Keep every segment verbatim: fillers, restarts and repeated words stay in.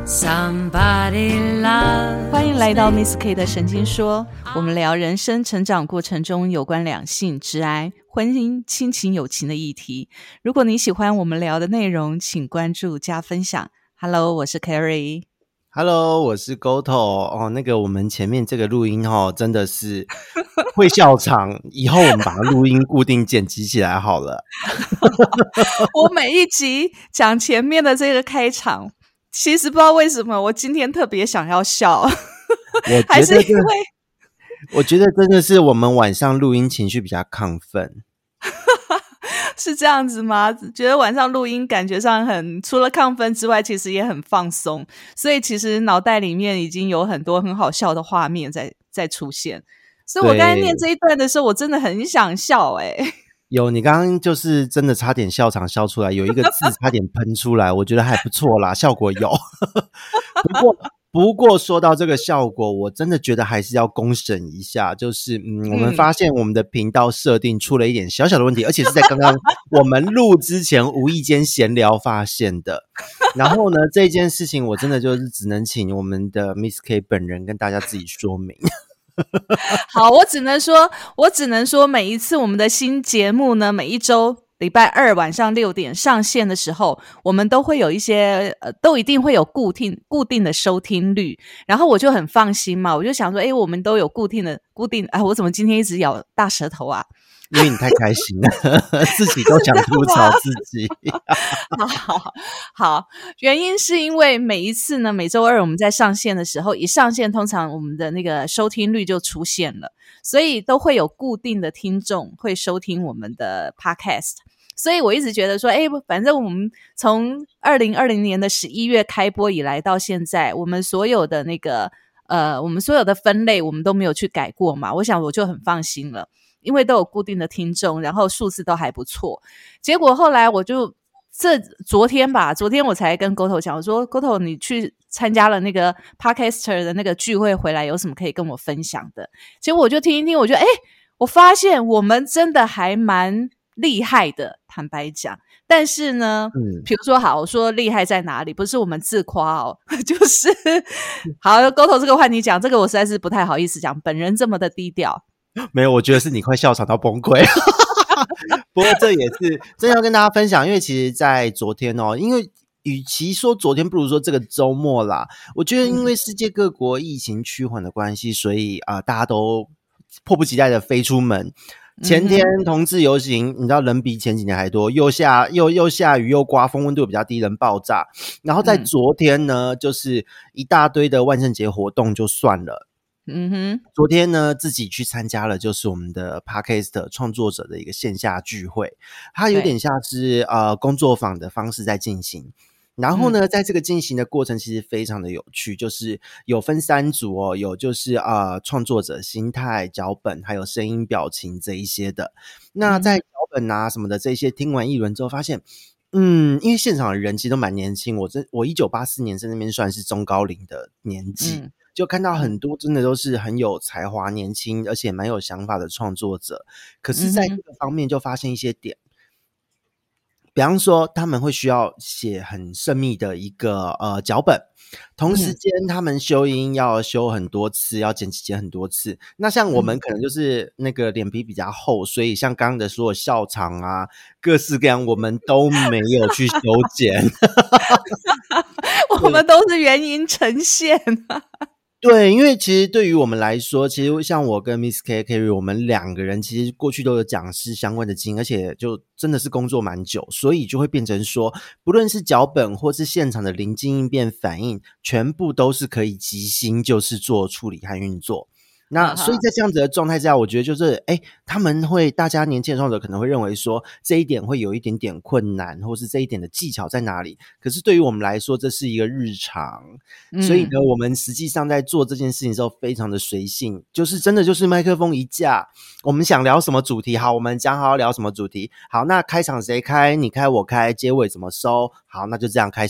Somebody love 欢迎来到 Miss K 的神经说，我们聊人生成长过程中有关两性、职涯、婚姻、亲情、友情的议题。如果你喜欢我们聊的内容，请关注加分享。Hello， 我是 Carrie。Hello， 我是 Goto。哦，那个我们前面这个录音哦，真的是会笑场，以后我们把录音固定剪辑起来好了。 我每一集讲前面的这个开场，其实不知道为什么我今天特别想要笑，还是因为我觉得真的是我们晚上录音情绪比较亢奋。 是这样子吗？觉得晚上录音感觉上很除了亢奋之外，其实也很放松，所以其实脑袋里面已经有很多很好笑的画面在在出现。所以我刚才念这一段的时候，我真的很想笑欸。 有，你刚刚就是真的差点笑场笑出来，有一个字差点喷出来，我觉得还不错啦，效果有。不过不过说到这个效果，我真的觉得还是要公审一下，就是嗯，我们发现我们的频道设定出了一点小小的问题，而且是在刚刚我们录之前无意间闲聊发现的。然后呢，这件事情我真的就是只能请我们的 Miss K 本人跟大家自己说明。 好，我只能说我只能说每一次我们的新节目呢，每一周礼拜二晚上六点上线的时候，我们都会有一些呃，都一定会有固定固定的收听率，然后我就很放心嘛，我就想说诶，我们都有固定的固定啊，我怎么今天一直咬大舌头啊？ 因为你太开心了，自己都想吐槽自己。 好好好，原因是因为每一次呢，每周二我们在上线的时候，一上线通常我们的那个收听率就出现了，所以都会有固定的听众会收听我们的 podcast。所以我一直觉得说，诶，反正我们从二零二零年的十一月开播以来到现在，我们所有的那个呃，我们所有的分类我们都没有去改过嘛，我想我就很放心了。因为都有固定的听众，然后数字都还不错。结果后来我就这昨天吧，昨天我才跟 Goto 讲，我说 Goto 你去参加了那个 Podcaster 的那个聚会回来，有什么可以跟我分享的？结果我就听一听，我觉得诶，我发现我们真的还蛮厉害的，坦白讲。但是呢，嗯，比如说好，我说厉害在哪里？不是我们自夸哦，就是好 Goto 这个换你讲，这个我实在是不太好意思讲，本人这么的低调。 没有，我觉得是你快笑场到崩溃。不过这也是真要跟大家分享，因为其实在昨天哦，因为与其说昨天不如说这个周末啦，我觉得因为世界各国疫情趋缓的关系，所以啊、呃，大家都迫不及待的飞出门。前天同志游行，你知道人比前几年还多，又下又又下雨又刮风，温度比较低，人爆炸。然后在昨天呢，嗯、就是一大堆的万圣节活动就算了。嗯哼，昨天呢，自己去参加了，就是我们的 Podcast 创作者的一个线下聚会，它有点像是呃工作坊的方式在进行。然后呢，嗯、在这个进行的过程其实非常的有趣，就是有分三组哦，有就是呃创作者心态、脚本，还有声音、表情这一些的。那在脚本啊什么的这一些听完一轮之后，发现。嗯，因为现场的人其实都蛮年轻，我这我一九八四年在那边算是中高龄的年纪，嗯、就看到很多真的都是很有才华、年轻而且蛮有想法的创作者。可是在这个方面就发现一些点，嗯、比方说他们会需要写很缜密的一个呃脚本，同时间他们修音要修很多次，要剪辑剪很多次。那像我们可能就是那个脸皮比较厚，所以像刚刚的所有笑场啊，各式各样我们都没有去修剪。 我们都是原音呈现。 对，因为其实对于我们来说，其实像我跟 Miss K Carrie 我们两个人其实过去都有讲师相关的经验，而且就真的是工作蛮久，所以就会变成说不论是脚本或是现场的临机应变反应，全部都是可以即兴就是做处理和运作。那所以在这样子的状态下，我觉得就是诶他们会大家年轻的创作者可能会认为说这一点会有一点点困难，或是这一点的技巧在哪里，可是对于我们来说这是一个日常、嗯、所以呢我们实际上在做这件事情的时候非常的随性，就是真的就是麦克风一架，我们想聊什么主题，好我们讲好聊什么主题，好那开场谁开，你开我开，结尾怎么收，好那就这样开始。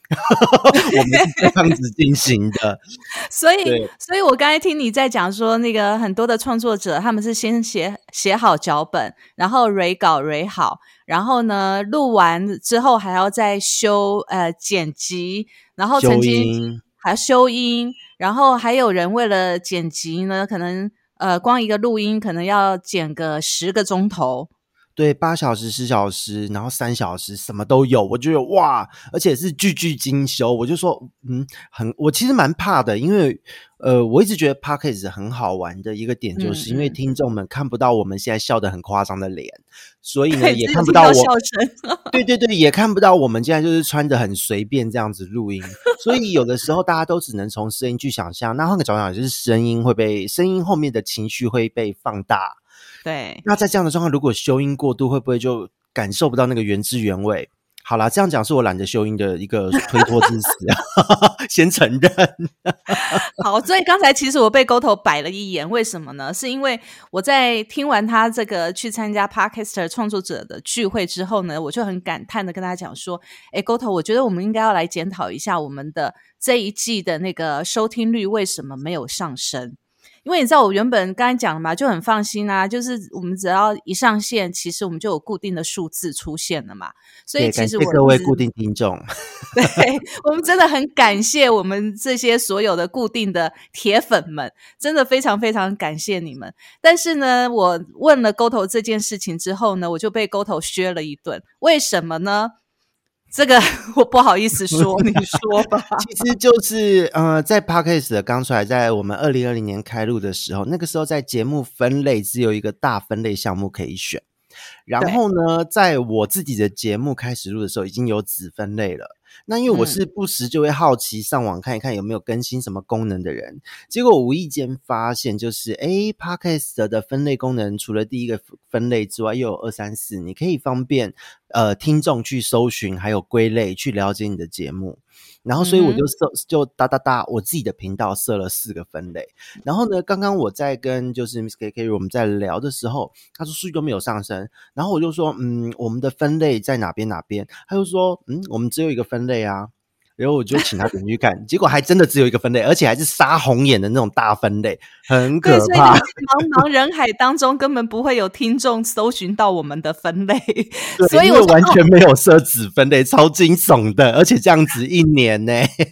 我们是这样子进行的。 所以所以我刚才听你在讲说，那个很多的创作者他们是先写写好脚本，然后蕊稿蕊好，然后呢录完之后还要再修呃剪辑，然后曾经还要修音，然后还有人为了剪辑呢，可能呃光一个录音可能要剪个十个钟头。 对，八小时、十小时，然后三小时，什么都有。我觉得哇，而且是句句精修。我就说，嗯，很，我其实蛮怕的，因为呃，我一直觉得 Podcast 很好玩的一个点，就是因为听众们看不到我们现在笑得很夸张的脸，所以呢，也看不到我笑声。 对对对，也看不到我们现在就是穿着很随便这样子录音，所以有的时候大家都只能从声音去想象。那换个角度讲，就是声音会被声音后面的情绪会被放大。 对， 那在这样的状况，如果修音过度，会不会就感受不到那个原汁原味？好啦，这样讲是我懒得修音的一个推脱之词啊，先承认。 好，所以刚才其实我被沟头摆了一眼，为什么呢？是因为我在听完他这个去参加 Podcaster 创作者的聚会之后呢，我就很感叹的跟他讲说，诶，沟头，我觉得我们应该要来检讨一下我们的这一季的那个收听率为什么没有上升。因为你知道我原本刚才讲了嘛，就很放心啊，就是我们只要一上线，其实我们就有固定的数字出现了嘛，所以其实我感谢各位固定听众， 对，我们真的很感谢我们这些所有的固定的铁粉们，真的非常非常感谢你们。但是呢，我问了沟头这件事情之后呢，我就被沟头削了一顿，为什么呢？这个我不好意思说，你说吧。 其实就是呃，在 Podcast 刚出来，在我们二零二零年开录的时候，那个时候在节目分类只有一个大分类项目可以选，然后呢，在我自己的节目开始录的时候，已经有子分类了。那因为我是不时就会好奇上网看一看有没有更新什么功能的人，结果无意间发现就是诶 Podcast 的分类功能除了第一个分类之外又有二三四，你可以方便呃听众去搜寻还有归类去了解你的节目。然后所以我就设、嗯、就哒哒哒我自己的频道设了四个分类。然后呢刚刚我在跟就是 Miss K K 我们在聊的时候，他说数据都没有上升，然后我就说嗯我们的分类在哪边哪边，他就说嗯我们只有一个分类啊，然后我就请他点去看结果还真的只有一个分类，而且还是杀红眼的那种大分类，很可怕。 茫茫人海当中根本不会有听众搜寻到我们的分类， 所以我完全没有设子分类、哦、超惊悚的，而且这样子一年呢。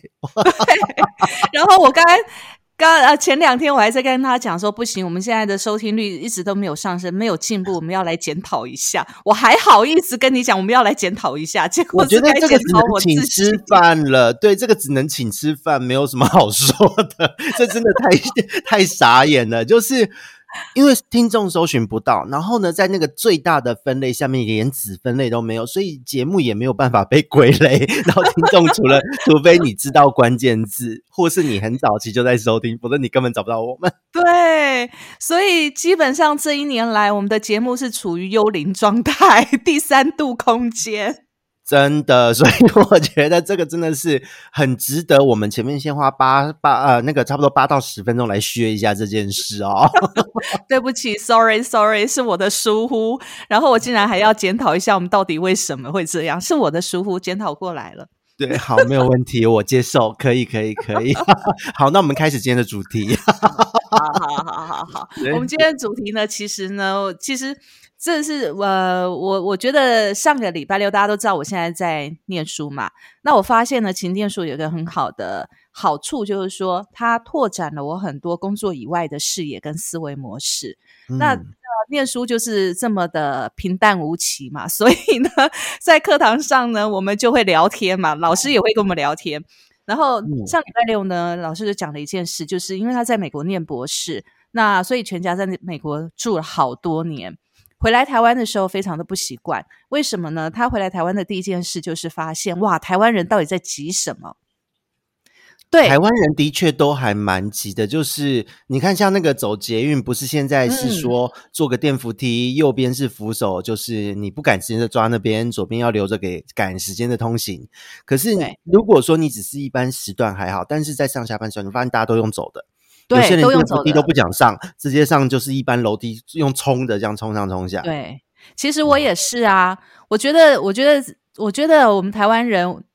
然后我刚才刚呃前两天我还在跟他讲说，不行，我们现在的收听率一直都没有上升，没有进步，我们要来检讨一下。我还好意思跟你讲我们要来检讨一下，结果是该检讨我自己。 我觉得这个只能请吃饭了，对，这个只能请吃饭，没有什么好说的。这真的太太傻眼了，就是因为听众搜寻不到，然后呢在那个最大的分类下面连子分类都没有，所以节目也没有办法被归类。然后听众除了除非你知道关键字或是你很早期就在收听，否则你根本找不到我们。 对，所以基本上这一年来我们的节目是处于幽灵状态，第三度空间。 真的，所以我觉得这个真的是很值得我们前面先花八八呃那个差不多八到十分钟来削一下这件事哦。 对不起 ，sorry sorry， 是我的疏忽，然后我竟然还要检讨一下我们到底为什么会这样，是我的疏忽，检讨过来了。 对，好，没有问题，我接受，可以，可以，可以。好，那我们开始今天的主题。 好好好好好，我们今天的主题呢，其实呢，其实这是呃，我我觉得上个礼拜六大家都知道我现在在念书嘛，那我发现呢，其实念书有一个很好的好处，就是说它拓展了我很多工作以外的视野跟思维模式。嗯、那念书就是这么的平淡无奇嘛，所以呢，在课堂上呢，我们就会聊天嘛，老师也会跟我们聊天。然后上礼拜六呢，老师就讲了一件事，就是因为他在美国念博士，那所以全家在美国住了好多年，回来台湾的时候非常的不习惯。为什么呢？他回来台湾的第一件事就是发现，哇，台湾人到底在急什么？对， 台湾人的确都还蛮急的，就是你看像那个走捷运，不是现在是说坐个电扶梯、嗯、右边是扶手，就是你不赶时间就抓那边，左边要留着给赶时间的通行。可是如果说你只是一般时段还好，但是在上下班时段你发现大家都用走的， 对， 有些人电扶梯都不讲上，直接上就是一般楼梯用冲的，这样冲上冲下。 对，其实我也是啊，我觉得我觉得我觉得我们台湾人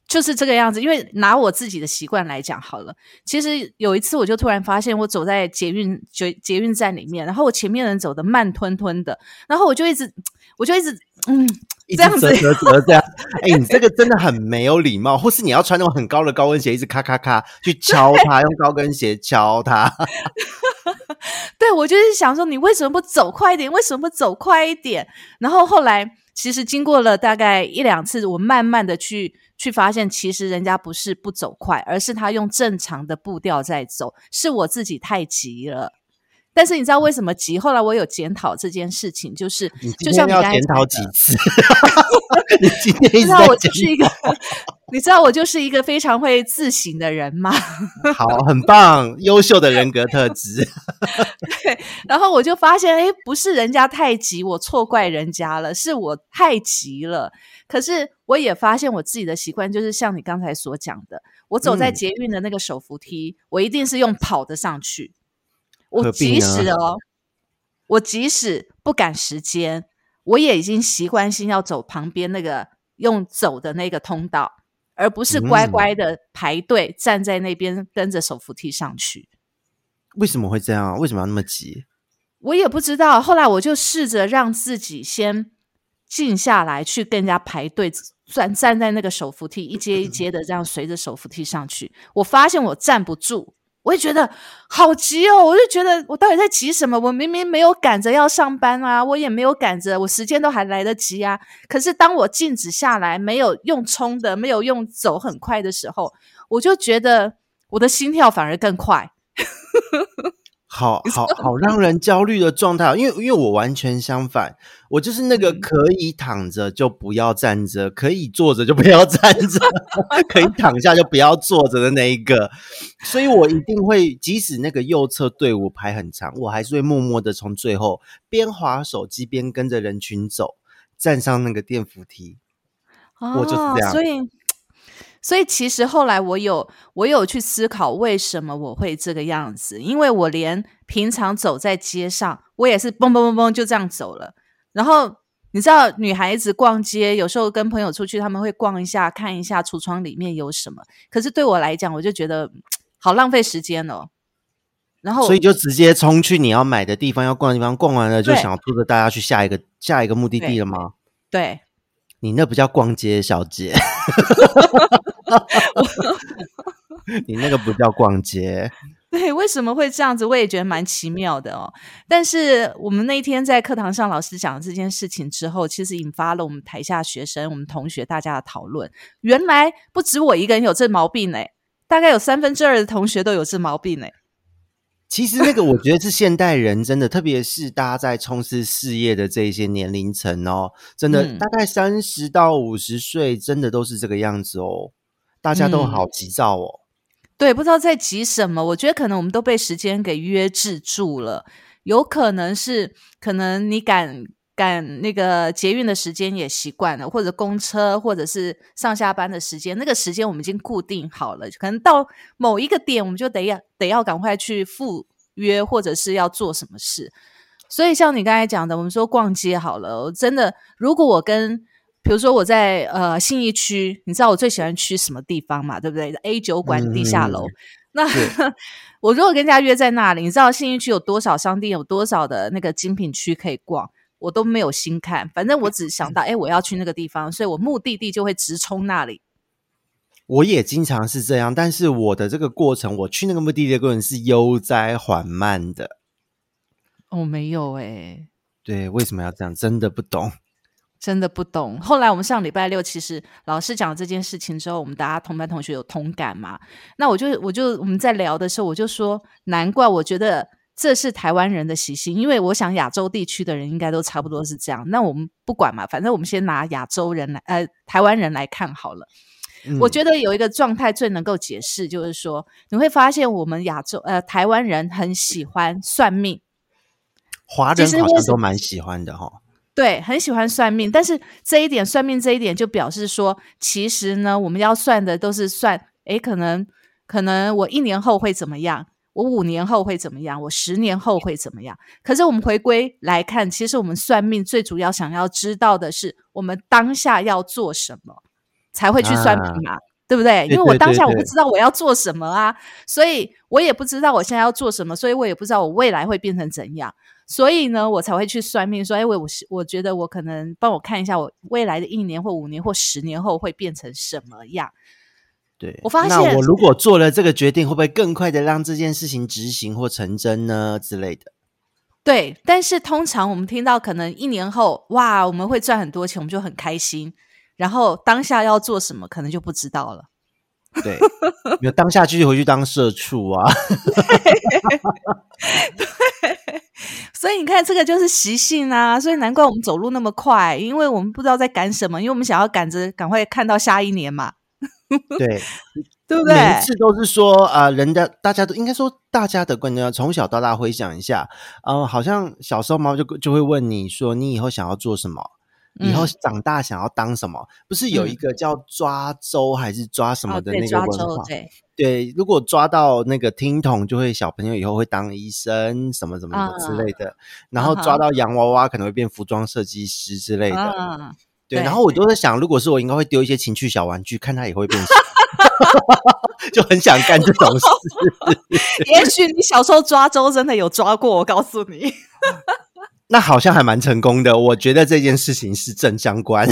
就是这个样子。因为拿我自己的习惯来讲好了，其实有一次我就突然发现我走在捷运捷捷运站里面，然后我前面人走得慢吞吞的，然后我就一直我就一直嗯一直折折折这样。哎、欸，你这个真的很没有礼貌，或是你要穿那种很高的高跟鞋，一直咔咔咔去敲它，用高跟鞋敲它。 对，我就是想说，你为什么不走快一点？为什么不走快一点？然后后来，其实经过了大概一两次，我慢慢的去去发现，其实人家不是不走快，而是他用正常的步调在走，是我自己太急了。但是你知道为什么急？后来我有检讨这件事情，就是你今天要检讨几次？你今天一直在检讨，我就是一个，你知道我就是一个非常会自省的人吗？ 好，很棒，优秀的人格特质。 对，然后我就发现，哎，不是人家太急，我错怪人家了，是我太急了。可是我也发现我自己的习惯，就是像你刚才所讲的，我走在捷运的那个手扶梯，嗯、我一定是用跑的上去。我即使哦，我即使不赶时间，我也已经习惯性要走旁边那个用走的那个通道，而不是乖乖的排队、嗯、站在那边跟着手扶梯上去。 为什么会这样？为什么要那么急？ 我也不知道。后来我就试着让自己先静下来，去跟人家排队，站站在那个手扶梯一阶一阶的这样随着手扶梯上去。我发现我站不住。我会觉得好急哦，我就觉得我到底在急什么？我明明没有赶着要上班啊，我也没有赶着，我时间都还来得及啊。可是当我静止下来，没有用冲的，没有用走很快的时候，我就觉得我的心跳反而更快。 好好好让人焦虑的状态，因为因为我完全相反，我就是那个可以躺着就不要站着，可以坐着就不要站着，可以躺下就不要坐着的那一个，所以我一定会，即使那个右侧队伍排很长，我还是会默默的从最后边滑手机边跟着人群走，站上那个电扶梯。哦、我就是这样。 所以所以其实后来我有我有去思考为什么我会这个样子，因为我连平常走在街上我也是蹦蹦蹦蹦就这样走了。然后你知道女孩子逛街有时候跟朋友出去，他们会逛一下看一下橱窗里面有什么，可是对我来讲我就觉得好浪费时间哦。然后所以就直接冲去你要买的地方要逛的地方，逛完了就想要拖着大家去下一个下一个目的地了吗？ 对，对， 你那不叫逛街小姐。你那个不叫逛街。 对，为什么会这样子我也觉得蛮奇妙的哦。但是我们那天在课堂上老师讲这件事情之后，其实引发了我们台下学生我们同学大家的讨论。原来不止我一个人有这毛病耶，大概有三分之二的同学都有这毛病耶。 其实那个我觉得是现代人真的特别是大家在冲刺事业的这一些年龄层哦，真的、嗯、大概三十到五十岁真的都是这个样子哦，大家都好急躁哦、嗯、 对，不知道在急什么。我觉得可能我们都被时间给约制住了，有可能是可能你赶赶那个捷运的时间也习惯了，或者公车或者是上下班的时间，那个时间我们已经固定好了，可能到某一个点我们就得要得要赶快去赴约或者是要做什么事。所以像你刚才讲的，我们说逛街好了，真的如果我跟比如说我在呃信义区，你知道我最喜欢去什么地方嘛，对不对？ A 酒馆地下楼、嗯、那我如果跟人家约在那里，你知道信义区有多少商店，有多少的那个精品区可以逛，我都没有心看，反正我只想到哎，我要去那个地方，所以我目的地就会直冲那里。 我也经常是这样，但是我的这个过程，我去那个目的地的过程是悠哉缓慢的。 哦，没有欸。 对，为什么要这样？真的不懂。 真的不懂。后来我们上礼拜六，其实老师讲了这件事情之后，我们大家同班同学有同感嘛。那我就我就我们在聊的时候，我就说，难怪我觉得这是台湾人的习性，因为我想亚洲地区的人应该都差不多是这样。那我们不管嘛，反正我们先拿亚洲人来，呃，台湾人来看好了。嗯、我觉得有一个状态最能够解释，就是说你会发现我们亚洲呃台湾人很喜欢算命， 华人好像都蛮喜欢的齁。 对，很喜欢算命，但是这一点算命这一点就表示说，其实呢，我们要算的都是算，诶，可能可能我一年后会怎么样，我五年后会怎么样，我十年后会怎么样。可是我们回归来看，其实我们算命最主要想要知道的是，我们当下要做什么，才会去算命嘛。啊对不对？因对为我当下我不对对对， 知道我要做什么啊，所以我也不知道我现在要做什么，所以我也不知道我未来会变成怎样。所以呢，我才会去算命说，哎，我我我觉得我可能帮我看一下我未来的一年或五年或十年后会变成什么样。我对。 发现那我如果做了这个决定，会不会更快的让这件事情执行或成真呢之类的？ 对，但是通常我们听到可能一年后，哇，我们会赚很多钱，我们就很开心。然后当下要做什么，可能就不知道了。 对，没有当下继续回去当社畜啊。 所以你看，这个就是习性啊。所以难怪我们走路那么快，因为我们不知道在赶什么，因为我们想要赶着赶快看到下一年嘛， 对， 对不对？ 每一次都是说，呃，人的大家都应该说，大家的观念要从小到大回想一下，呃，好像小时候妈妈就就会问你说，你以后想要做什么？以后嗯长大想要当什么？不是有一嗯， 个叫抓周还是抓什哦，对， 么的那个抓周， 文化？ 对对，如果抓到那个听筒，就会小朋友以后会当医生，什么什么什啊， 么之类的。然啊哈， 后抓到洋娃娃，可能会变服装设计师之类的。 啊， 对，然对。 后我就在想，如果是我，应该会丢一些情趣小玩具，看他也会变小，就很想干这种事。 也许你小时候抓周真的有抓过，我告诉你。 那好像还蛮成功的，我觉得这件事情是正相关。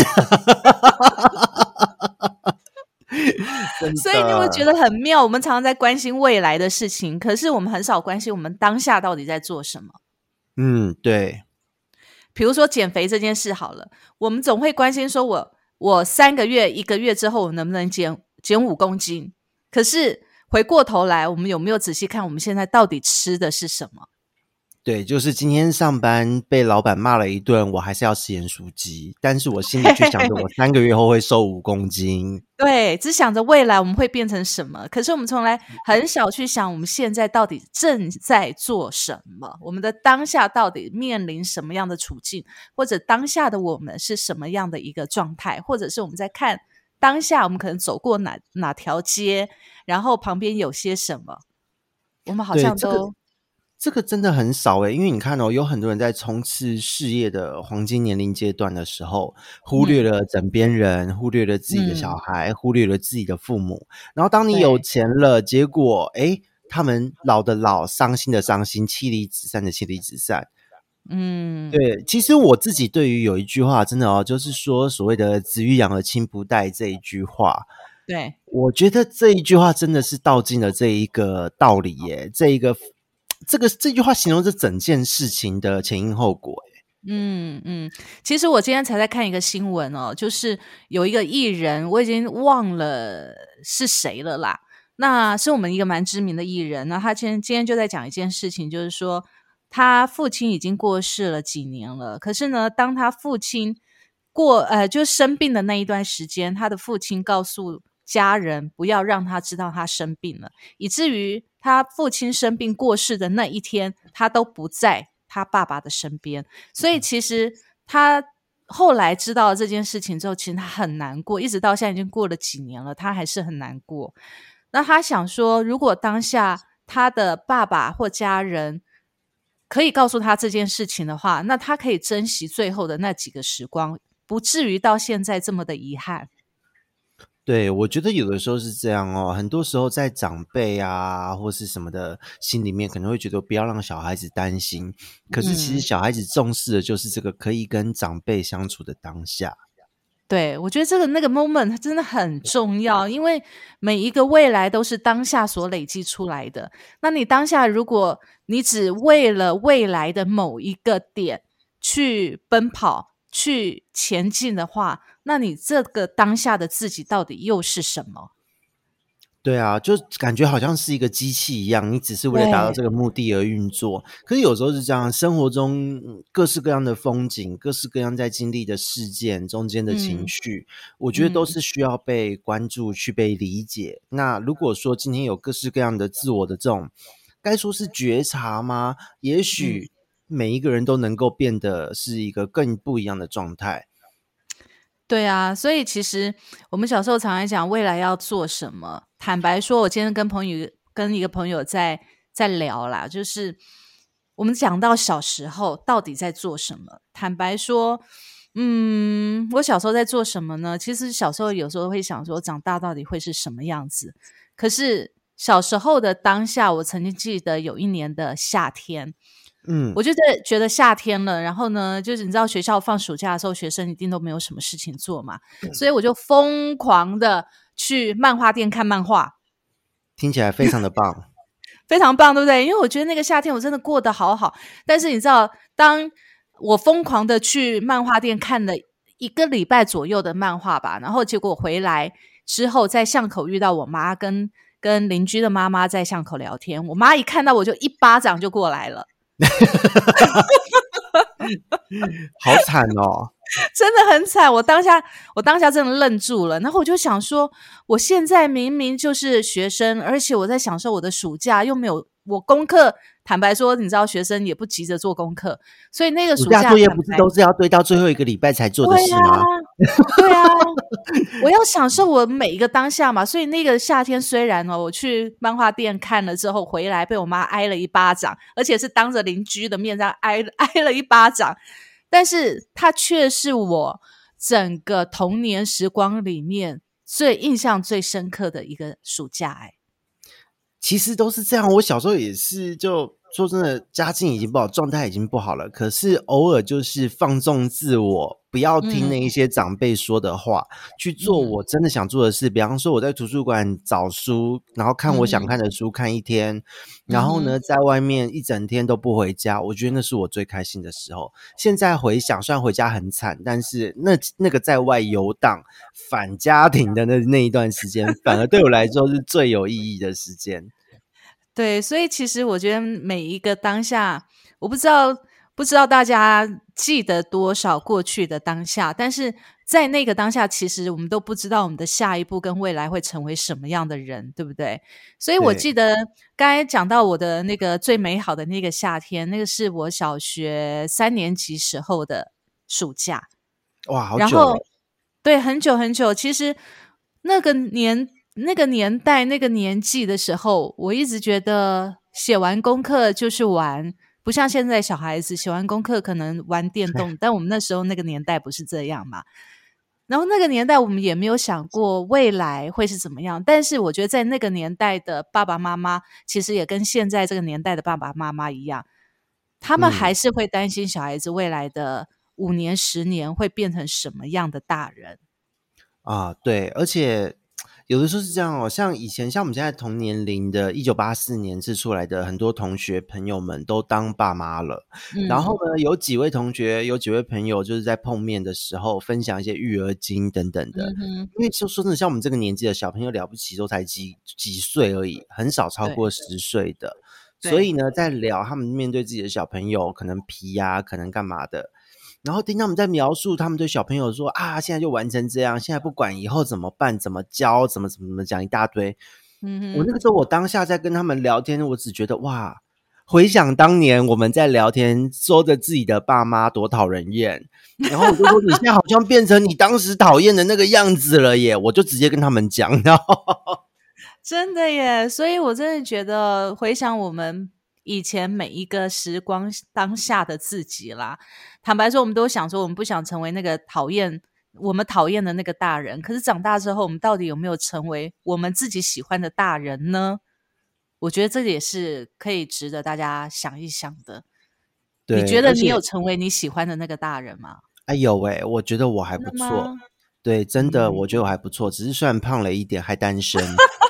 真所以你有没有觉的。 得很妙？我们常常在关心未来的事情，可是我们很少关心我们当下到底在做什么。 嗯，对。 比如说减肥这件事好了，我们总会关心说我我三个月、一个月之后我能不能减减五公斤？可是回过头来，我们有没有仔细看我们现在到底吃的是什么？ 对，就是今天上班被老板骂了一顿，我还是要吃盐酥鸡，但是我心里却想着我三个月后会瘦五公斤。 对，只想着未来我们会变成什么，可是我们从来很少去想我们现在到底正在做什么，我们的当下到底面临什么样的处境，或者当下的我们是什么样的一个状态，或者是我们在看当下我们可能走过哪哪条街，然后旁边有些什么，我们好对，这个像都这个真的很少诶，因为你看哦，有很多人在冲刺事业的黄金年龄阶段的时候，忽略嗯了枕边人，忽略了自己的小嗯， 孩，忽略了自己的父母。然后当你有对， 钱了，结果诶，他们老的老，伤心的伤心，妻离子散的妻离子散。 嗯， 对，其实我自己对于有一句话，真的哦，就是说所谓的“子欲养而亲不待”这一句话， 对。 我觉得这一句话真的是道尽了这一个道理耶，这一个这个这句话形容这整件事情的前因后果耶。 嗯嗯，其实我今天才在看一个新闻哦，就是有一个艺人，我已经忘了是谁了啦。那是我们一个蛮知名的艺人，那他今天今天就在讲一件事情，就是说他父亲已经过世了几年了，可是呢，当他父亲过呃就生病的那一段时间，他的父亲告诉家人不要让他知道他生病了，以至于他父亲生病过世的那一天，他都不在他爸爸的身边。所以其实他后来知道这件事情之后，其实他很难过，一直到现在已经过了几年了，他还是很难过。那他想说，如果当下他的爸爸或家人可以告诉他这件事情的话，那他可以珍惜最后的那几个时光，不至于到现在这么的遗憾。 对，我觉得有的时候是这样哦，很多时候在长辈啊或是什么的心里面，可能会觉得不要让小孩子担心，可是其实嗯。 小孩子重视的就是这个可以跟长辈相处的当下。 对，我觉得这个那个 moment 真的很重要，因为每一个未来都是当下所累积出来的。那你当下如果你只为了未来的某一个点去奔跑、去前进的话，那你这个当下的自己到底又是什么？ 对啊，就感觉好像是一个机器一样，你只是为了达到对， 这个目的而运作。可是有时候是这样，生活中嗯各式各样的风景，各式各样在经历的事件中间的情嗯绪，我觉得都嗯是需要被关注、去被理解。那如果说今天有各式各样的自我的这种，该说是觉察吗？也嗯。 许每一个人都能够变得是一个更不一样的状态。 对啊，所以其实我们小时候常常讲未来要做什么。坦白说，我今天跟朋友跟一个朋友在在聊啦，就是我们讲到小时候到底在做什么。坦白说， 嗯，我小时候在做什么呢？其实小时候有时候会想说，长大到底会是什么样子？可是小时候的当下，我曾经记得有一年的夏天， 嗯， 我就在觉得夏天了，然后呢，就是你知道学校放暑假的时候，学生一定都没有什么事情做嘛，所以我就疯狂的去漫画店看漫画。 听起来非常的棒。 非常棒，对不对？因为我觉得那个夏天我真的过得好好，但是你知道，当我疯狂的去漫画店看了一个礼拜左右的漫画吧，然后结果回来之后，在巷口遇到我妈跟跟邻居的妈妈在巷口聊天，我妈一看到我就一巴掌就过来了。 好惨哦。 真的很惨，我当下我当下真的愣住了，然后我就想说，我现在明明就是学生，而且我在享受我的暑假，又没有我功课，坦白说，你知道学生也不急着做功课，所以那个暑假作业不是都是要堆到最后一个礼拜才做的事吗？ 对啊，我要享受我每一个当下嘛，所以那个夏天虽然哦，我去漫画店看了之后回来被我妈挨了一巴掌，而且是当着邻居的面这样挨挨了一巴掌，但是它却是我整个童年时光里面最印象最深刻的一个暑假。哎， 其实都是这样，我小时候也是，就说真的，家境已经不好，状态已经不好了，可是偶尔就是放纵自我，不要听那一些长辈说的话，嗯、去做我真的想做的事。比方说我在图书馆找书，然后看我想看的书，嗯、看一天，然后呢，在外面一整天都不回家，我觉得那是我最开心的时候。现在回想，虽然回家很惨，但是那那个在外游荡反家庭的那那一段时间，反而对我来说是最有意义的时间。 对，所以其实我觉得每一个当下，我不知道不知道大家记得多少过去的当下，但是在那个当下，其实我们都不知道我们的下一步跟未来会成为什么样的人，对不对？所以我记得刚才讲到我的那个最美好的那个夏天，那个是我小学三年级时候的暑假。 哇，好久了。 然后对，很久很久。其实那个年那个年代那个年纪的时候，我一直觉得写完功课就是玩，不像现在小孩子写完功课可能玩电动，但我们那时候那个年代不是这样嘛。然后那个年代我们也没有想过未来会是怎么样，但是我觉得在那个年代的爸爸妈妈其实也跟现在这个年代的爸爸妈妈一样，他们还是会担心小孩子未来的五年十年会变成什么样的大人啊。对，而且有的时候是这样哦，像以前像我们现在同年龄的一九八四年制出来的很多同学朋友们都当爸妈了、嗯、然后呢有几位同学有几位朋友就是在碰面的时候分享一些育儿经等等的、嗯、因为就说真的像我们这个年纪的小朋友了不起都才几几岁而已，很少超过十岁的，所以呢在聊他们面对自己的小朋友可能皮啊可能干嘛的，然后听他们在描述他们对小朋友说啊，现在就玩成这样，现在不管以后怎么办怎么教怎么怎么怎么讲一大堆、嗯、我那个时候我当下在跟他们聊天，我只觉得哇，回想当年我们在聊天说着自己的爸妈多讨人厌，然后我就说你现在好像变成你当时讨厌的那个样子了耶，我就直接跟他们讲然后真的耶，所以我真的觉得回想我们以前每一个时光当下的自己啦，坦白说我们都想说我们不想成为那个讨厌我们讨厌的那个大人，可是长大之后我们到底有没有成为我们自己喜欢的大人呢？我觉得这也是可以值得大家想一想的。对，你觉得你有成为你喜欢的那个大人吗？ 哎有耶，我觉得我还不错，对，真的、嗯、我觉得我还不错，只是虽然胖了一点还单身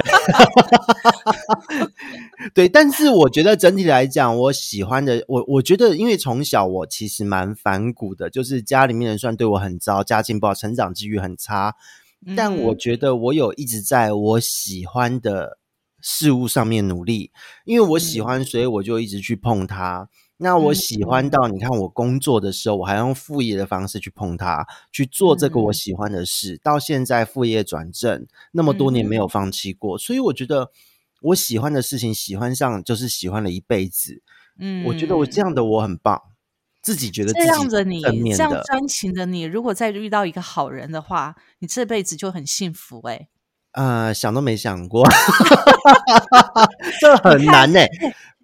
对，但是我觉得整体来讲我喜欢的我我觉得因为从小我其实蛮反骨的，就是家里面人算对我很糟，家境不好，成长机遇很差、嗯、但我觉得我有一直在我喜欢的事物上面努力，因为我喜欢、嗯、所以我就一直去碰它，那我喜欢到你看我工作的时候我还用副业的方式去碰它，去做这个我喜欢的事、嗯、到现在副业转正那么多年没有放弃过、嗯、所以我觉得我喜欢的事情喜欢上就是喜欢了一辈子，嗯，我觉得我这样的我很棒，自己觉得自己这样的你这样专情的你如果再遇到一个好人的话，你这辈子就很幸福耶、欸、 呃，想都没想过这很难耶、欸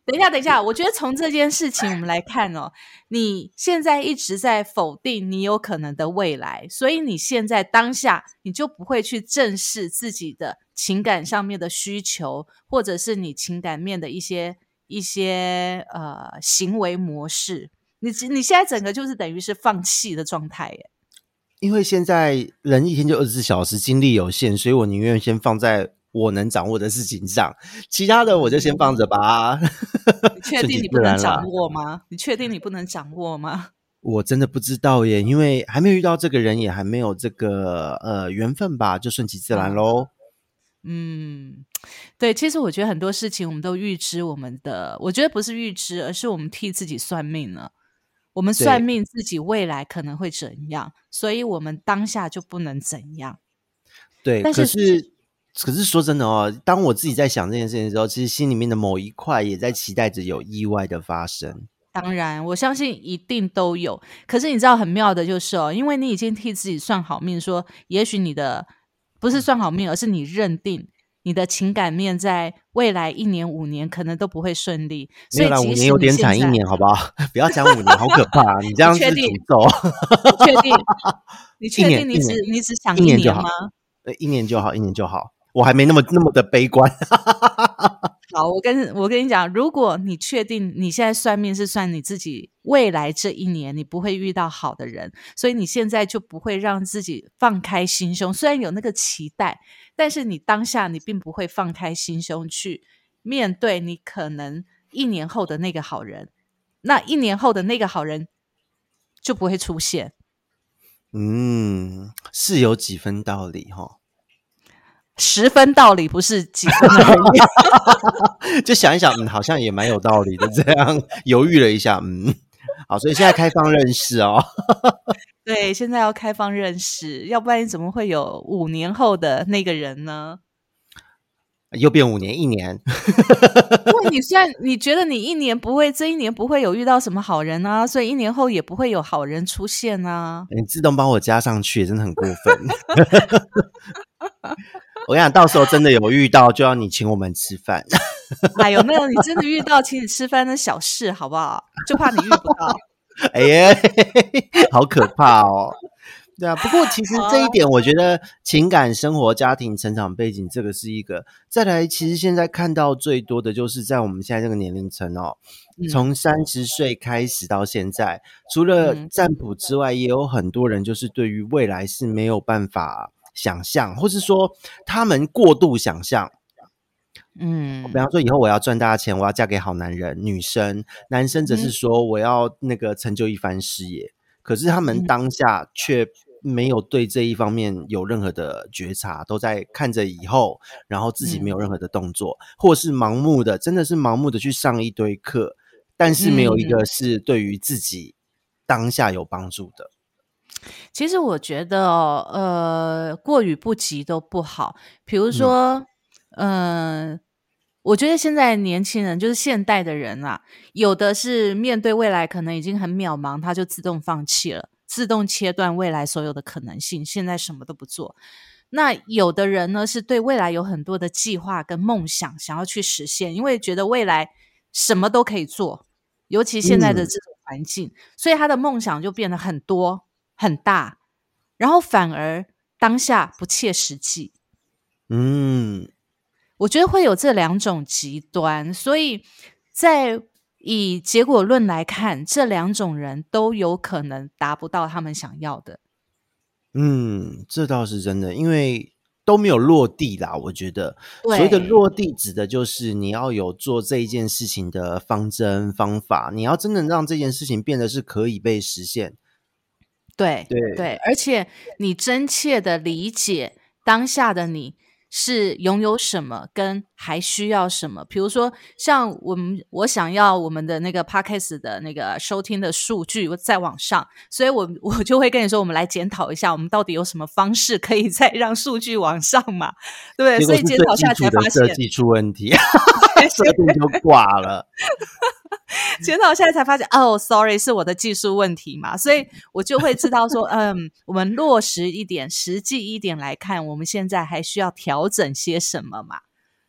等一下，等一下，我觉得从这件事情我们来看哦，你现在一直在否定你有可能的未来，所以你现在当下你就不会去正视自己的情感上面的需求，或者是你情感面的一些一些呃行为模式。你你现在整个就是等于是放弃的状态耶。 因为现在人一天就二十四小时，精力有限，所以我宁愿先放在我能掌握的事情上，其他的我就先放着吧。 你确定你不能掌握吗？你确定你不能掌握吗？ 我真的不知道耶，因为还没有遇到这个人，也还没有这个呃缘分吧，就顺其自然咯。 嗯，对，其实我觉得很多事情我们都预知我们的，我觉得不是预知，而是我们替自己算命了。我们算命自己未来可能会怎样，所以我们当下就不能怎样。 对， 但是可是可是说真的哦，当我自己在想这件事情的时候，其实心里面的某一块也在期待着有意外的发生。 当然我相信一定都有，可是你知道很妙的就是哦，因为你已经替自己算好命，说也许你的不是算好命，而是你认定你的情感面在未来一年五年可能都不会顺利。 没有啦，五年有点惨，一年好不好？不要讲五年，好可怕、啊！你这样是诅咒。 你确定？你确定你只你只想一年吗？ 对，一年就好，一年就好。我还没那么那么的悲观。 好，我跟我跟你讲，如果你确定你现在算命是算你自己未来这一年你不会遇到好的人，所以你现在就不会让自己放开心胸，虽然有那个期待，但是你当下你并不会放开心胸去面对你可能一年后的那个好人，那一年后的那个好人就不会出现。 嗯，是有几分道理齁。 十分道理，不是几分而已。就想一想，嗯，好像也蛮有道理的。这样犹豫了一下，嗯，好，所以现在开放认识哦。 对，现在要开放认识，要不然你怎么会有五年后的那个人呢？ 又变五年，一年。 因为你虽然你觉得你一年不会，这一年不会有遇到什么好人啊，所以一年后也不会有好人出现啊。 你自动帮我加上去，真的很过分。我跟你讲，到时候真的有遇到，就要你请我们吃饭。 哎呦，那个你真的遇到请你吃饭的小事，好不好？就怕你遇不到。 哎呀，好可怕哦！对啊，不过其实这一点，我觉得情感生活、家庭成长背景，这个是一个。再来，其实现在看到最多的就是在我们现在这个年龄层哦，从三十岁开始到现在，除了占卜之外，也有很多人就是对于未来是没有办法想象，或是说他们过度想象。嗯，比方说以后我要赚大钱，我要嫁给好男人，女生；男生则是说我要那个成就一番事业。可是他们当下却没有对这一方面有任何的觉察，都在看着以后，然后自己没有任何的动作，嗯、或是盲目的，真的是盲目的去上一堆课，但是没有一个是对于自己当下有帮助的。 其实我觉得呃，过与不及都不好。比如说，嗯、呃，我觉得现在年轻人就是现代的人啊，有的是面对未来可能已经很渺茫，他就自动放弃了，自动切断未来所有的可能性，现在什么都不做。那有的人呢，是对未来有很多的计划跟梦想，想要去实现，因为觉得未来什么都可以做，尤其现在的这种环境，嗯、所以他的梦想就变得很多很大，然后反而当下不切实际。嗯。我觉得会有这两种极端，所以在以结果论来看，这两种人都有可能达不到他们想要的。 嗯，这倒是真的，因为都没有落地啦。我觉得所谓的落地指的就是你要有做这一件事情的方针方法，你要真的让这件事情变得是可以被实现。 对对对，而且你真切的理解当下的你是拥有什么跟还需要什么。比如说像我们我想要我们的那个 podcast 的那个收听的数据在往上，所以我我就会跟你说，我们来检讨一下我们到底有什么方式可以再让数据往上嘛，对不对？所以检讨下才发现设计出问题，设定就挂了。 检讨下来才发现，哦 ，sorry， 是我的技术问题嘛，所以我就会知道说，嗯，我们落实一点、实际一点来看，我们现在还需要调整些什么嘛。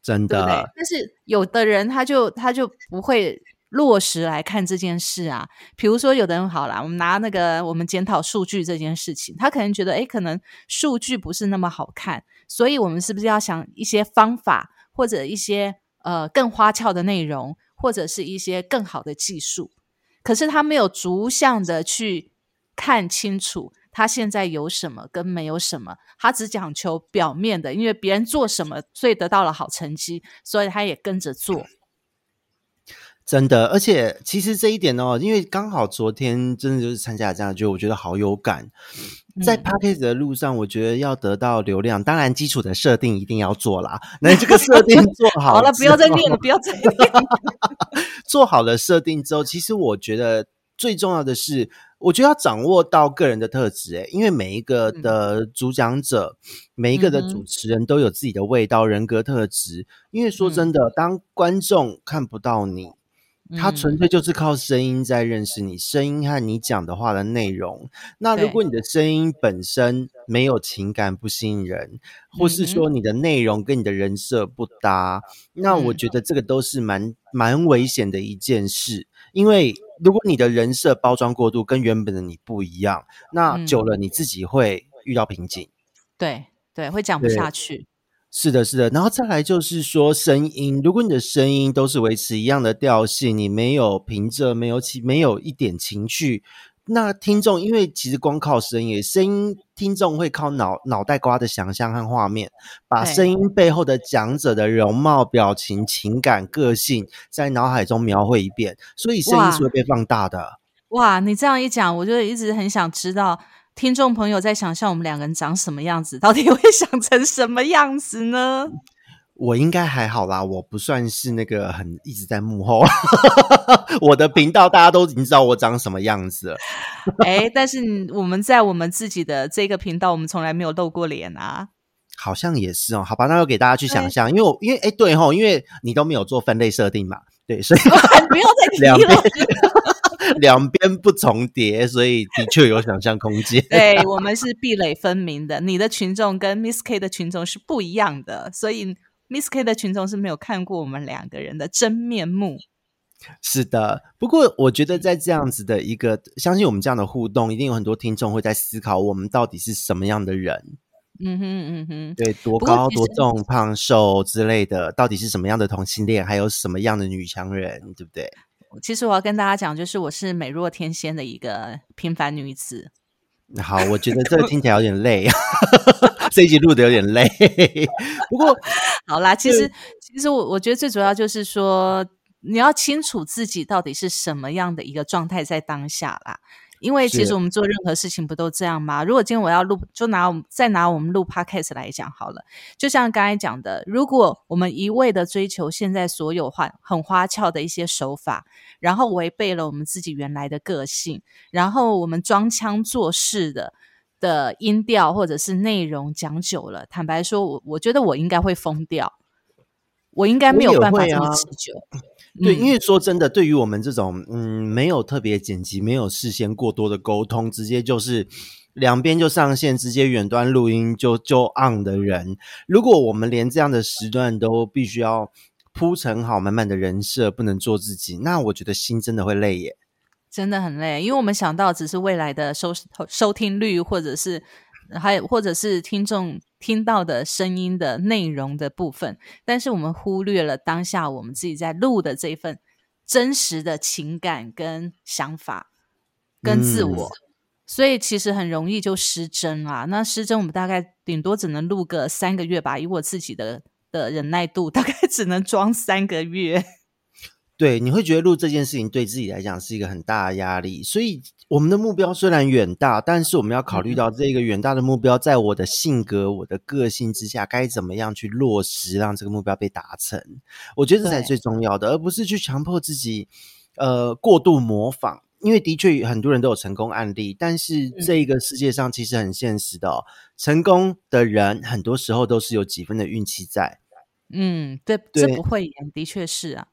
真对不对？ 的， 但是有的人他就他就不会落实来看这件事啊。比如说有的人好啦，我们拿那个我们检讨数据这件事情，他可能觉得诶可能数据不是那么好看，所以我们是不是要想一些方法，或者一些呃更花俏的内容，或者是一些更好的技术。可是他没有逐项的去看清楚他现在有什么跟没有什么，他只讲求表面的，因为别人做什么所以得到了好成绩，所以他也跟着做。 真的，而且其实这一点哦，因为刚好昨天真的就是参加了这样的聚会，我觉得好有感。在 Podcast 的路上，我觉得要得到流量，当然基础的设定一定要做啦。那这个设定做好好了，不要再念了，不要再念了。 做好了设定之后，其实我觉得最重要的是，我觉得要掌握到个人的特质、欸，因为每一个的主讲者、嗯、每一个的主持人都有自己的味道、人格特质。因为说真的，嗯、当观众看不到你，他纯粹就是靠声音在认识你，声音和你讲的话的内容。那如果你的声音本身没有情感，不吸引人，或是说你的内容跟你的人设不搭，嗯、那我觉得这个都是蛮蛮危险的一件事。因为如果你的人设包装过度，跟原本的你不一样，那久了你自己会遇到瓶颈。 嗯、对对，会讲不下去。 是的，是的，然后再来就是说声音，如果你的声音都是维持一样的调性，你没有平仄，没有起，没有一点情绪，那听众因为其实光靠声音，声音听众会靠脑脑袋瓜的想象和画面，把声音背后的讲者的容貌、表情、情感、个性在脑海中描绘一遍，所以声音是会被放大的。 哇，你这样一讲，我就一直很想知道听众朋友在想象我们两个人长什么样子，到底会想成什么样子呢？ 我应该还好啦，我不算是那个很一直在幕后我的频道大家都已经知道我长什么样子了诶但是我们在我们自己的这个频道，我们从来没有露过脸啊。 好像也是哦，好吧，那就给大家去想象，因为我因为诶对齁，因为你都没有做分类设定嘛，对，所以不要再提了两边不重叠，所以的确有想象空间。 对，我们是壁垒分明的，你的群众跟 Miss K 的群众是不一样的，所以 Miss K 的群众是没有看过我们两个人的真面目。 是的，不过我觉得在这样子的一个，相信我们这样的互动，一定有很多听众会在思考我们到底是什么样的人。 嗯哼嗯哼， 对，多高多重胖瘦之类的，到底是什么样的同性恋，还有什么样的女强人，对不对？ 其实我要跟大家讲，就是我是美若天仙的一个平凡女子。 好，我觉得这个听起来有点累这一集录的有点累不过好啦，其实其实我我觉得最主要就是说你要清楚自己到底是什么样的一个状态在当下啦。因为其实我们做任何事情不都这样吗？如果今天我要录，就拿我们再拿我们录 podcast 来讲好了，就像刚才讲的，如果我们一味的追求现在所有花很花俏的一些手法，然后违背了我们自己原来的个性，然后我们装腔作势的的音调或者是内容讲久了，坦白说我我觉得我应该会疯掉，我应该没有办法这么持久。 对，因为说真的，对于我们这种嗯没有特别剪辑，没有事先过多的沟通，直接就是两边就上线，直接远端录音就就 on 的人，如果我们连这样的时段都必须要铺陈好满满的人设，不能做自己，那我觉得心真的会累耶， 真的很累，因为我们想到只是未来的收收听率，或者是还有或者是听众听到的声音的内容的部分，但是我们忽略了当下我们自己在录的这份真实的情感跟想法跟自我、嗯、所以其实很容易就失真啦。那失真我们大概顶多只能录个三个月吧，以我自己的的忍耐度大概只能装三个月。 对，你会觉得录这件事情对自己来讲是一个很大的压力，所以我们的目标虽然远大，但是我们要考虑到这个远大的目标在我的性格我的个性之下该怎么样去落实让这个目标被达成，我觉得这才是最重要的，而不是去强迫自己呃过度模仿。因为的确很多人都有成功案例，但是这个世界上其实很现实的哦，成功的人很多时候都是有几分的运气在。 嗯，对，这不会演，的确是啊。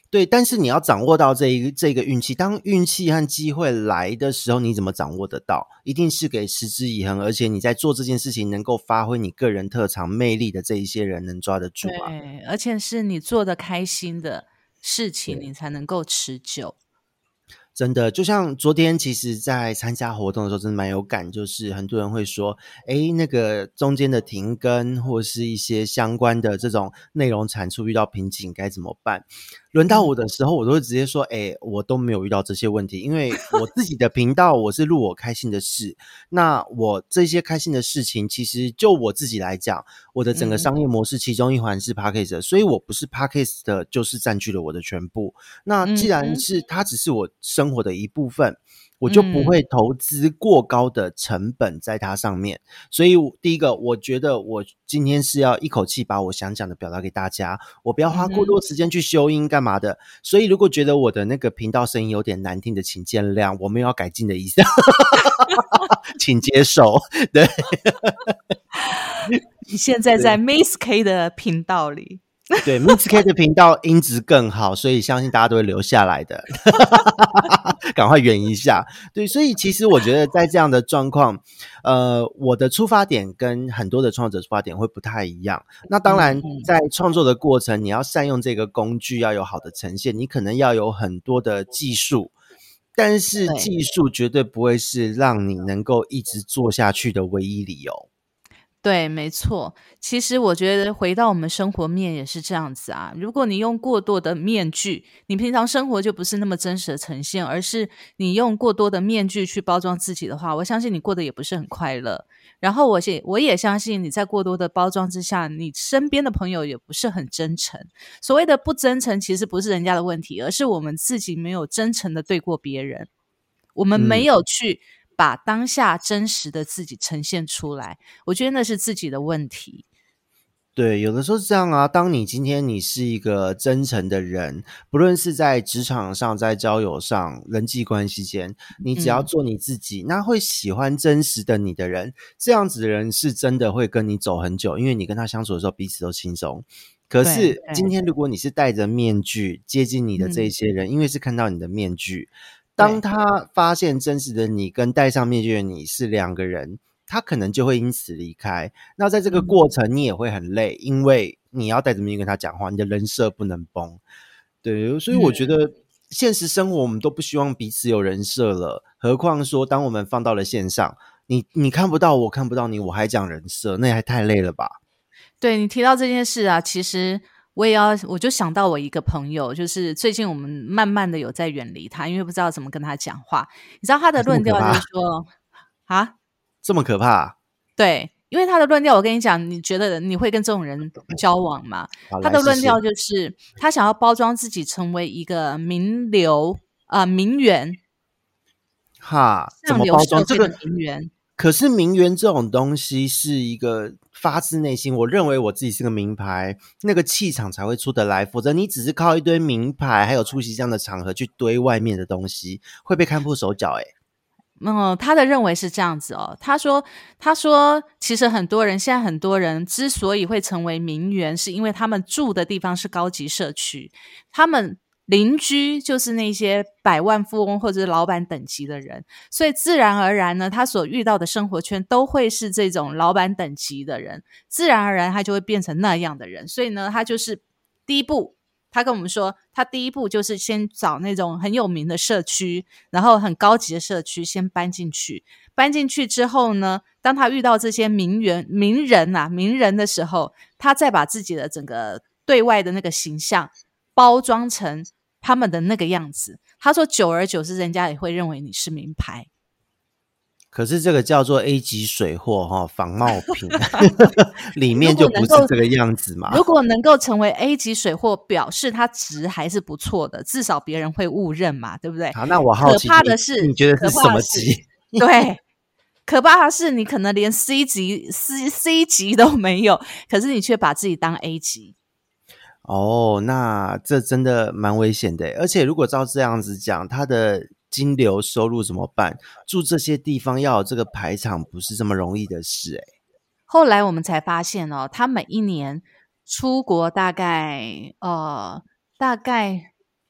对，但是你要掌握到这一个这个运气，当运气和机会来的时候，你怎么掌握得到？一定是给持之以恒，而且你在做这件事情能够发挥你个人特长魅力的这一些人能抓得住啊。 对，而且是你做的开心的事情，你才能够持久。 真的，就像昨天其实在参加活动的时候真的蛮有感，就是很多人会说诶那个中间的停更或是一些相关的这种内容产出遇到瓶颈该怎么办。轮到我的时候我都会直接说诶我都没有遇到这些问题，因为我自己的频道我是录我开心的事，那我这些开心的事情其实就我自己来讲，我的整个商业模式其中一环是 Podcast， 所以我不是 Podcast 的就是占据了我的全部，那既然是它只是我生活的一部分，我就不会投资过高的成本在它上面。所以第一个我觉得我今天是要一口气把我想讲的表达给大家，我不要花过多时间去修音干嘛的，所以如果觉得我的那个频道声音有点难听的请见谅，我没有要改进的意思请接受。对你现在在 Miss K 的频道里， 对 Miss K 的频道音质更好，所以相信大家都会留下来的赶快圆一下。对，所以其实我觉得在这样的状况呃，我的出发点跟很多的创作者出发点会不太一样，那当然在创作的过程你要善用这个工具，要有好的呈现，你可能要有很多的技术，但是技术绝对不会是让你能够一直做下去的唯一理由。 对，没错。其实我觉得回到我们生活面也是这样子啊，如果你用过多的面具，你平常生活就不是那么真实的呈现，而是你用过多的面具去包装自己的话，我相信你过得也不是很快乐。然后我也我也相信你在过多的包装之下，你身边的朋友也不是很真诚。所谓的不真诚其实不是人家的问题，而是我们自己没有真诚的对过别人，我们没有去把当下真实的自己呈现出来，我觉得那是自己的问题。 对，有的时候是这样啊，当你今天你是一个真诚的人，不论是在职场上，在交友上，人际关系间，你只要做你自己，嗯，那会喜欢真实的你的人，这样子的人是真的会跟你走很久，因为你跟他相处的时候彼此都轻松。可是今天如果你是戴着面具接近你的这些人，嗯，因为是看到你的面具，当他发现真实的你跟戴上面具的你是两个人，他可能就会因此离开。那在这个过程你也会很累，因为你要带着面具跟他讲话，你的人设不能崩。对，所以我觉得现实生活我们都不希望彼此有人设了，何况说当我们放到了线上，你你看不到我看不到你，我还讲人设，那还太累了吧。 对，你提到这件事啊，其实我也要我就想到我一个朋友，就是最近我们慢慢的有在远离他，因为不知道怎么跟他讲话。你知道他的论调就是说啊， 这么可怕啊？ 对，因为他的论调我跟你讲，你觉得你会跟这种人交往吗？他的论调就是他想要包装自己成为一个名流啊、呃、名媛。 哈，怎么包装这个名媛？ 可是名媛这种东西是一个发自内心，我认为我自己是个名牌，那个气场才会出得来，否则你只是靠一堆名牌还有出席这样的场合去堆外面的东西，会被看破手脚。欸嗯，他的认为是这样子哦。他说，他说，其实很多人现在很多人之所以会成为名媛，是因为他们住的地方是高级社区，他们邻居就是那些百万富翁或者是老板等级的人，所以自然而然呢，他所遇到的生活圈都会是这种老板等级的人，自然而然他就会变成那样的人。所以呢，他就是第一步。他跟我们说，他第一步就是先找那种很有名的社区，然后很高级的社区先搬进去。搬进去之后呢，当他遇到这些名媛、名人啊、名人的时候，他再把自己的整个对外的那个形象包装成他们的那个样子。他说，久而久之，人家也会认为你是名牌。 可是这个叫做 A 级水货哈，仿冒品里面就不是这个样子嘛。 如果能够成为 A 级水货，表示它值还是不错的，至少别人会误认嘛，对不对？ 好，那我好奇， 可怕的是你觉得是什么级？ 对，可怕的是你可能连 C 级 C, C 级都没有，可是你却把自己当 A 级。 哦，那这真的蛮危险的。而且如果照这样子讲，他的金流收入怎么办？住这些地方要有这个排场不是这么容易的事诶。 后来我们才发现哦，他每一年出国大概呃大概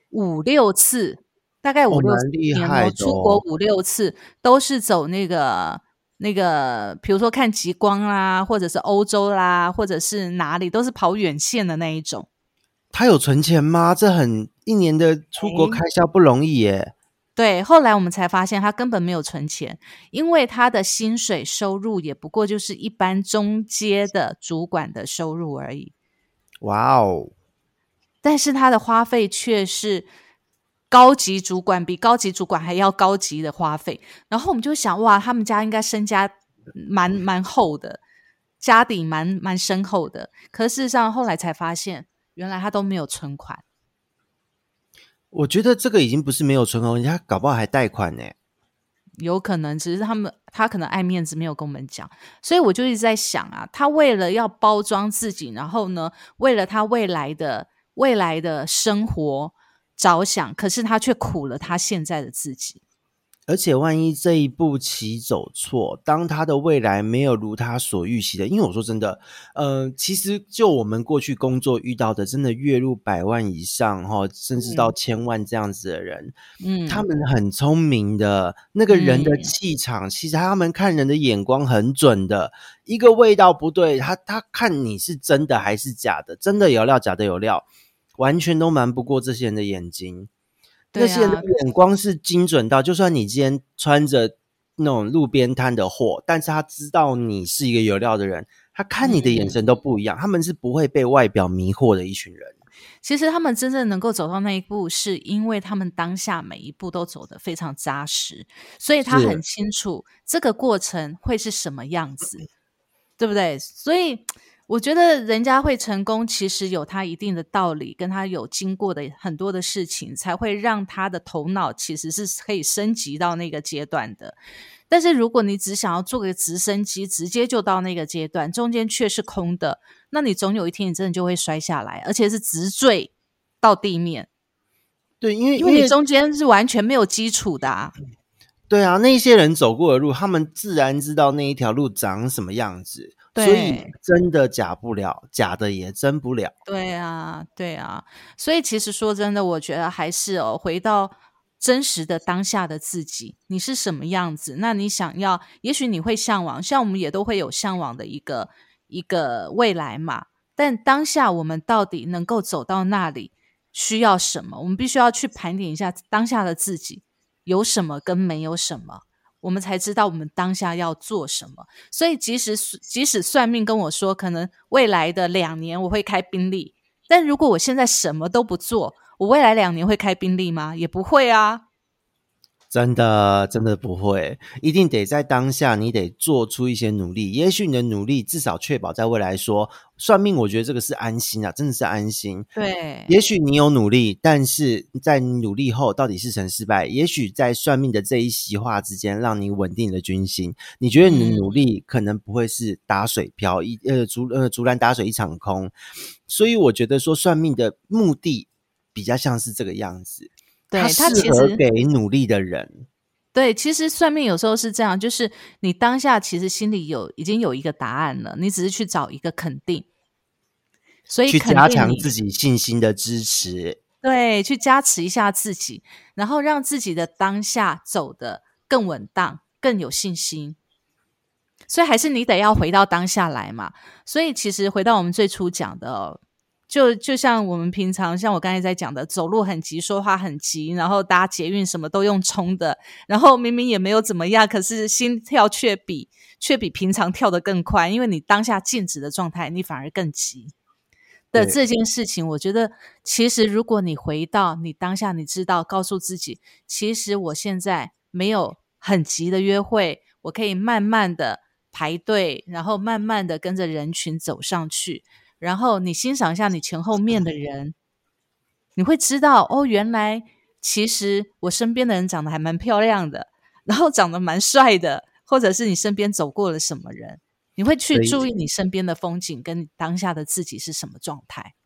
五六次，大概哦， 五六蛮厉年哦， 害的出国哦。 五六次，都是走那个那个比如说看极光啦，或者是欧洲啦，或者是哪里，都是跑远线的那一种。 他有存钱吗？这很一年的出国诶开销不容易耶。 对，后来我们才发现他根本没有存钱，因为他的薪水收入也不过就是一般中阶的主管的收入而已。 哇哦， 但是他的花费却是高级主管比高级主管还要高级的花费。然后我们就想，哇，他们家应该身家蛮蛮厚的，家底蛮蛮深厚的。可是事实上后来才发现，原来他都没有存款。 我觉得这个已经不是没有存款，他搞不好还贷款呢。 有可能只是他们他可能爱面子没有跟我们讲，所以我就一直在想啊，他为了要包装自己，然后呢，为了他未来的未来的生活着想，可是他却苦了他现在的自己。 而且万一这一步棋走错，当他的未来没有如他所预期的，因为我说真的，呃，其实就我们过去工作遇到的，真的月入百万以上齁，甚至到千万这样子的人， 嗯， 他们很聪明的，那个人的气场，其实他们看人的眼光很准的，一个味道不对，他他看你是真的还是假的，真的有料，假的有料，完全都瞒不过这些人的眼睛。那些人的眼光是精准到，就算你今天穿着那种路边摊的货，但是他知道你是一个有料的人，他看你的眼神都不一样，嗯、他们是不会被外表迷惑的一群人。 其实他们真正能够走到那一步，是因为他们当下每一步都走得非常扎实，所以他很清楚这个过程会是什么样子，对不对？所以我觉得人家会成功，其实有他一定的道理，跟他有经过的很多的事情，才会让他的头脑其实是可以升级到那个阶段的。但是如果你只想要做个直升机，直接就到那个阶段，中间却是空的，那你总有一天你真的就会摔下来，而且是直坠到地面。 对，因为因为你中间是完全没有基础的啊。 对啊，那些人走过的路，他们自然知道那一条路长什么样子，所以真的假不了，假的也真不了。 对啊，对啊，所以其实说真的，我觉得还是哦，回到真实的当下的自己，你是什么样子？那你想要，也许你会向往，像我们也都会有向往的一个一个未来嘛。但当下我们到底能够走到那里，需要什么？我们必须要去盘点一下当下的自己。有什么跟没有什么，我们才知道我们当下要做什么。所以即使即使算命跟我说可能未来的两年我会开宾利，但如果我现在什么都不做，我未来两年会开宾利吗？也不会啊。 真的真的不会，一定得在当下你得做出一些努力，也许你的努力至少确保在未来说算命，我觉得这个是安心啊，真的是安心。 对， 也许你有努力，但是在你努力后到底是成失败，也许在算命的这一席话之间让你稳定了军心，你觉得你的努力可能不会是打水漂一呃竹呃竹篮打水一场空，所以我觉得说算命的目的比较像是这个样子， 对， 它适合给努力的人。 对，其实算命有时候是这样，就是你当下其实心里有已经有一个答案了，你只是去找一个肯定，所以去加强自己信心的支持。 对，去加持一下自己，然后让自己的当下走得更稳当，更有信心。所以还是你得要回到当下来嘛。所以其实回到我们最初讲的哦，就就像我们平常像我刚才在讲的，走路很急，说话很急，然后搭捷运什么都用冲的，然后明明也没有怎么样，可是心跳却比却比平常跳得更快，因为你当下静止的状态，你反而更急的这件事情。我觉得其实如果你回到你当下，你知道告诉自己，其实我现在没有很急的约会，我可以慢慢的排队，然后慢慢的跟着人群走上去，然后你欣赏一下你前后面的人，你会知道哦，原来其实我身边的人长得还蛮漂亮的，然后长得蛮帅的，或者是你身边走过了什么人，你会去注意你身边的风景跟你当下的自己是什么状态。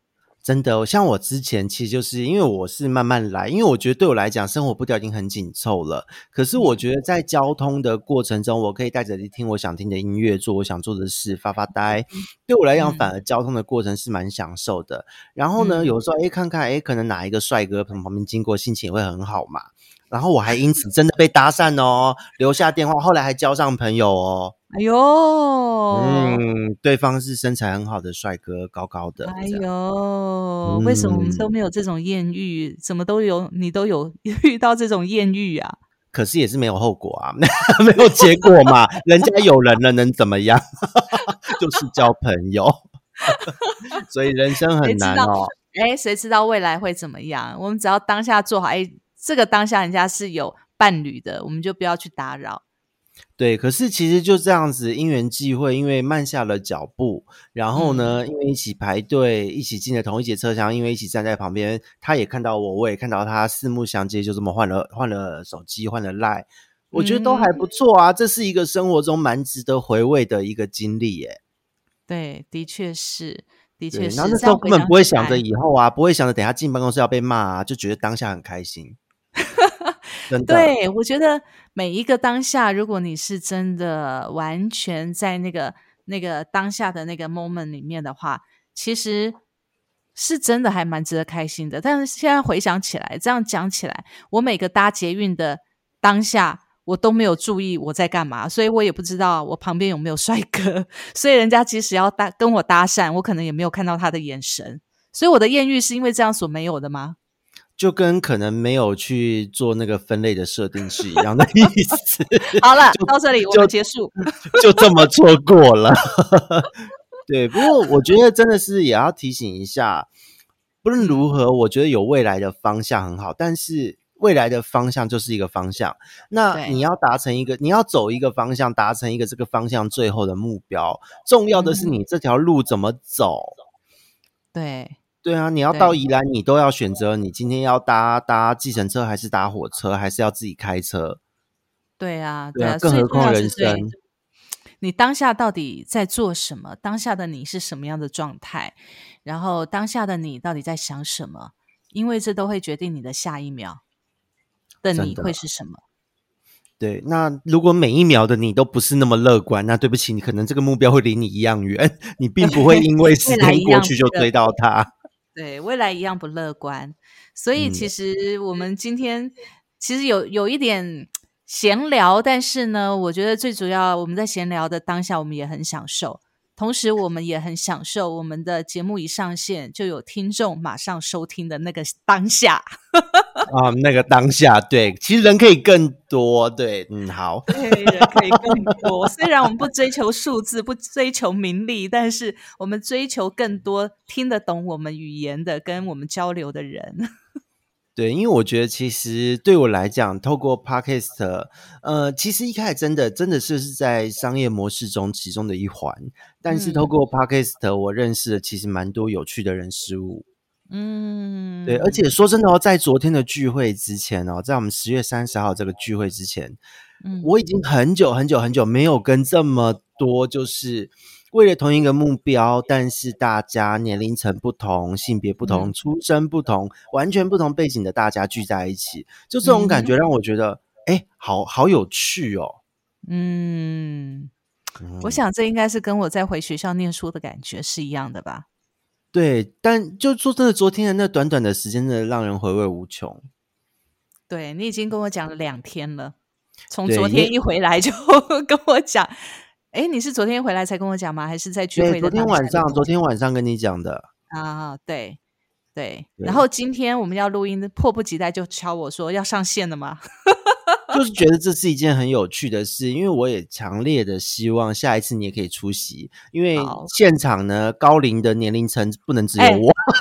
真的，像我之前其实就是因为我是慢慢来，因为我觉得对我来讲生活步调已经很紧凑了，可是我觉得在交通的过程中，我可以带着听我想听的音乐，做我想做的事，发发呆，对我来讲反而交通的过程是蛮享受的。然后呢，有时候诶看看诶可能哪一个帅哥从旁边经过，心情也会很好嘛。然后我还因此真的被搭讪哦，留下电话，后来还交上朋友哦。 哎呦， 嗯，对方是身材很好的帅哥，高高的。 哎呦， 嗯、 为什么我们都没有这种艳遇？怎么都有你都有遇到这种艳遇啊？ 可是也是没有后果啊，没有结果嘛，人家有人了能怎么样？就是交朋友，所以人生很难哦。 哎，谁知道未来会怎么样？我们只要当下做好，哎，这个当下人家是有伴侣的，我们就不要去打扰。 对，可是其实就这样子因缘际会，因为慢下了脚步，然后呢、嗯、因为一起排队一起进了同一节车厢，因为一起站在旁边，他也看到我，我也看到他，四目相接，就这么换了换了手机，换了 LINE， 我觉得都还不错啊、嗯、这是一个生活中蛮值得回味的一个经历耶。 对，的确是的确是， 然后那时候根本不会想着以后啊，不会想着等一下进办公室要被骂啊，就觉得当下很开心。 对，我觉得每一个当下，如果你是真的完全在那个那个当下的那个 moment 里面的话，其实是真的还蛮值得开心的。但是现在回想起来，这样讲起来，我每个搭捷运的当下，我都没有注意我在干嘛，所以我也不知道我旁边有没有帅哥，所以人家即使要搭跟我搭讪，我可能也没有看到他的眼神，所以我的艳遇是因为这样所没有的吗？ 就跟可能没有去做那个分类的设定是一样的意思。 好了，到这里我们结束， 就这么错过了。对，不过我觉得真的是也要提醒一下，不论如何，我觉得有未来的方向很好，但是未来的方向就是一个方向。那你要达成一个，你要走一个方向，达成一个这个方向最后的目标，重要的是你这条路怎么走。 对。 对啊，你要到宜兰，你都要选择你今天要搭搭计程车，还是搭火车，还是要自己开车。 对啊， 对啊，更何况人生。 你当下到底在做什么？当下的你是什么样的状态？然后当下的你到底在想什么？因为这都会决定你的下一秒的你会是什么。 对，那如果每一秒的你都不是那么乐观，那对不起，你可能这个目标会离你一样远，你并不会因为时间过去就追到它。 对，未来一样不乐观。所以其实我们今天其实有有一点闲聊，但是呢，我觉得最主要我们在闲聊的当下，我们也很享受。同时我们也很享受我们的节目一上线就有听众马上收听的那个当下。 啊，那个当下，对，其实人可以更多，对，嗯，好， 对，人可以更多。虽然我们不追求数字，不追求名利，但是我们追求更多听得懂我们语言的、跟我们交流的人。 对，因为我觉得其实对我来讲，透过 Podcast， 呃，其实一开始真的真的是是在商业模式中其中的一环，但是透过 Podcast， 我认识了其实蛮多有趣的人事物。嗯，对，而且说真的哦，在昨天的聚会之前哦，在我们十月三十号这个聚会之前，嗯，我已经很久很久很久没有跟这么多就是为了同一个目标，但是大家年龄层不同、性别不同、嗯、出身不同、完全不同背景的大家聚在一起，就这种感觉让我觉得，哎、嗯，好好有趣哦。 嗯，我想这应该是跟我在回学校念书的感觉是一样的吧。 对，但就说真的，昨天的那短短的时间真的让人回味无穷。 对，你已经跟我讲了两天了，从昨天一回来就跟我讲。哎，你是昨天回来才跟我讲吗？还是在聚会的对，昨天晚上，昨天晚上跟你讲的啊？对 对, 对，然后今天我们要录音，迫不及待就敲我说要上线了吗？ 就是觉得这是一件很有趣的事，因为我也强烈的希望下一次你也可以出席，因为现场呢高龄的年龄层不能只有我。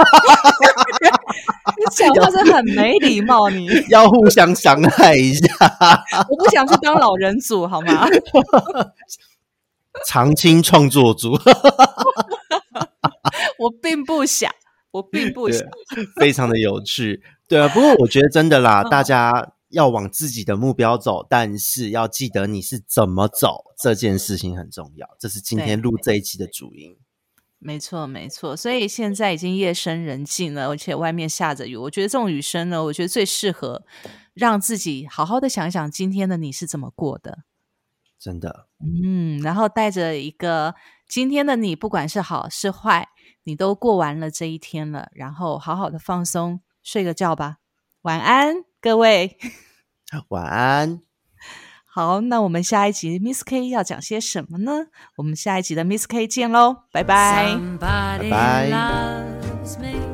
你讲话真的很没礼貌，你要互相伤害一下。 我不想去当老人组，好吗？ 长青创作组。 我并不想，我并不想， 非常的有趣。对啊，不过我觉得真的啦，大家要往自己的目标走，但是要记得你是怎么走，这件事情很重要。这是今天录这一期的主因。 没错没错，所以现在已经夜深人静了，而且外面下着雨，我觉得这种雨声呢，我觉得最适合让自己好好的想想今天的你是怎么过的。 真的。 嗯，然后带着一个今天的你，不管是好是坏，你都过完了这一天了，然后好好的放松，睡个觉吧。晚安，各位。 晚安。 好，那我们下一集 Miss K 要讲些什么呢？我们下一集的 Miss K 见喽，拜拜。 拜拜。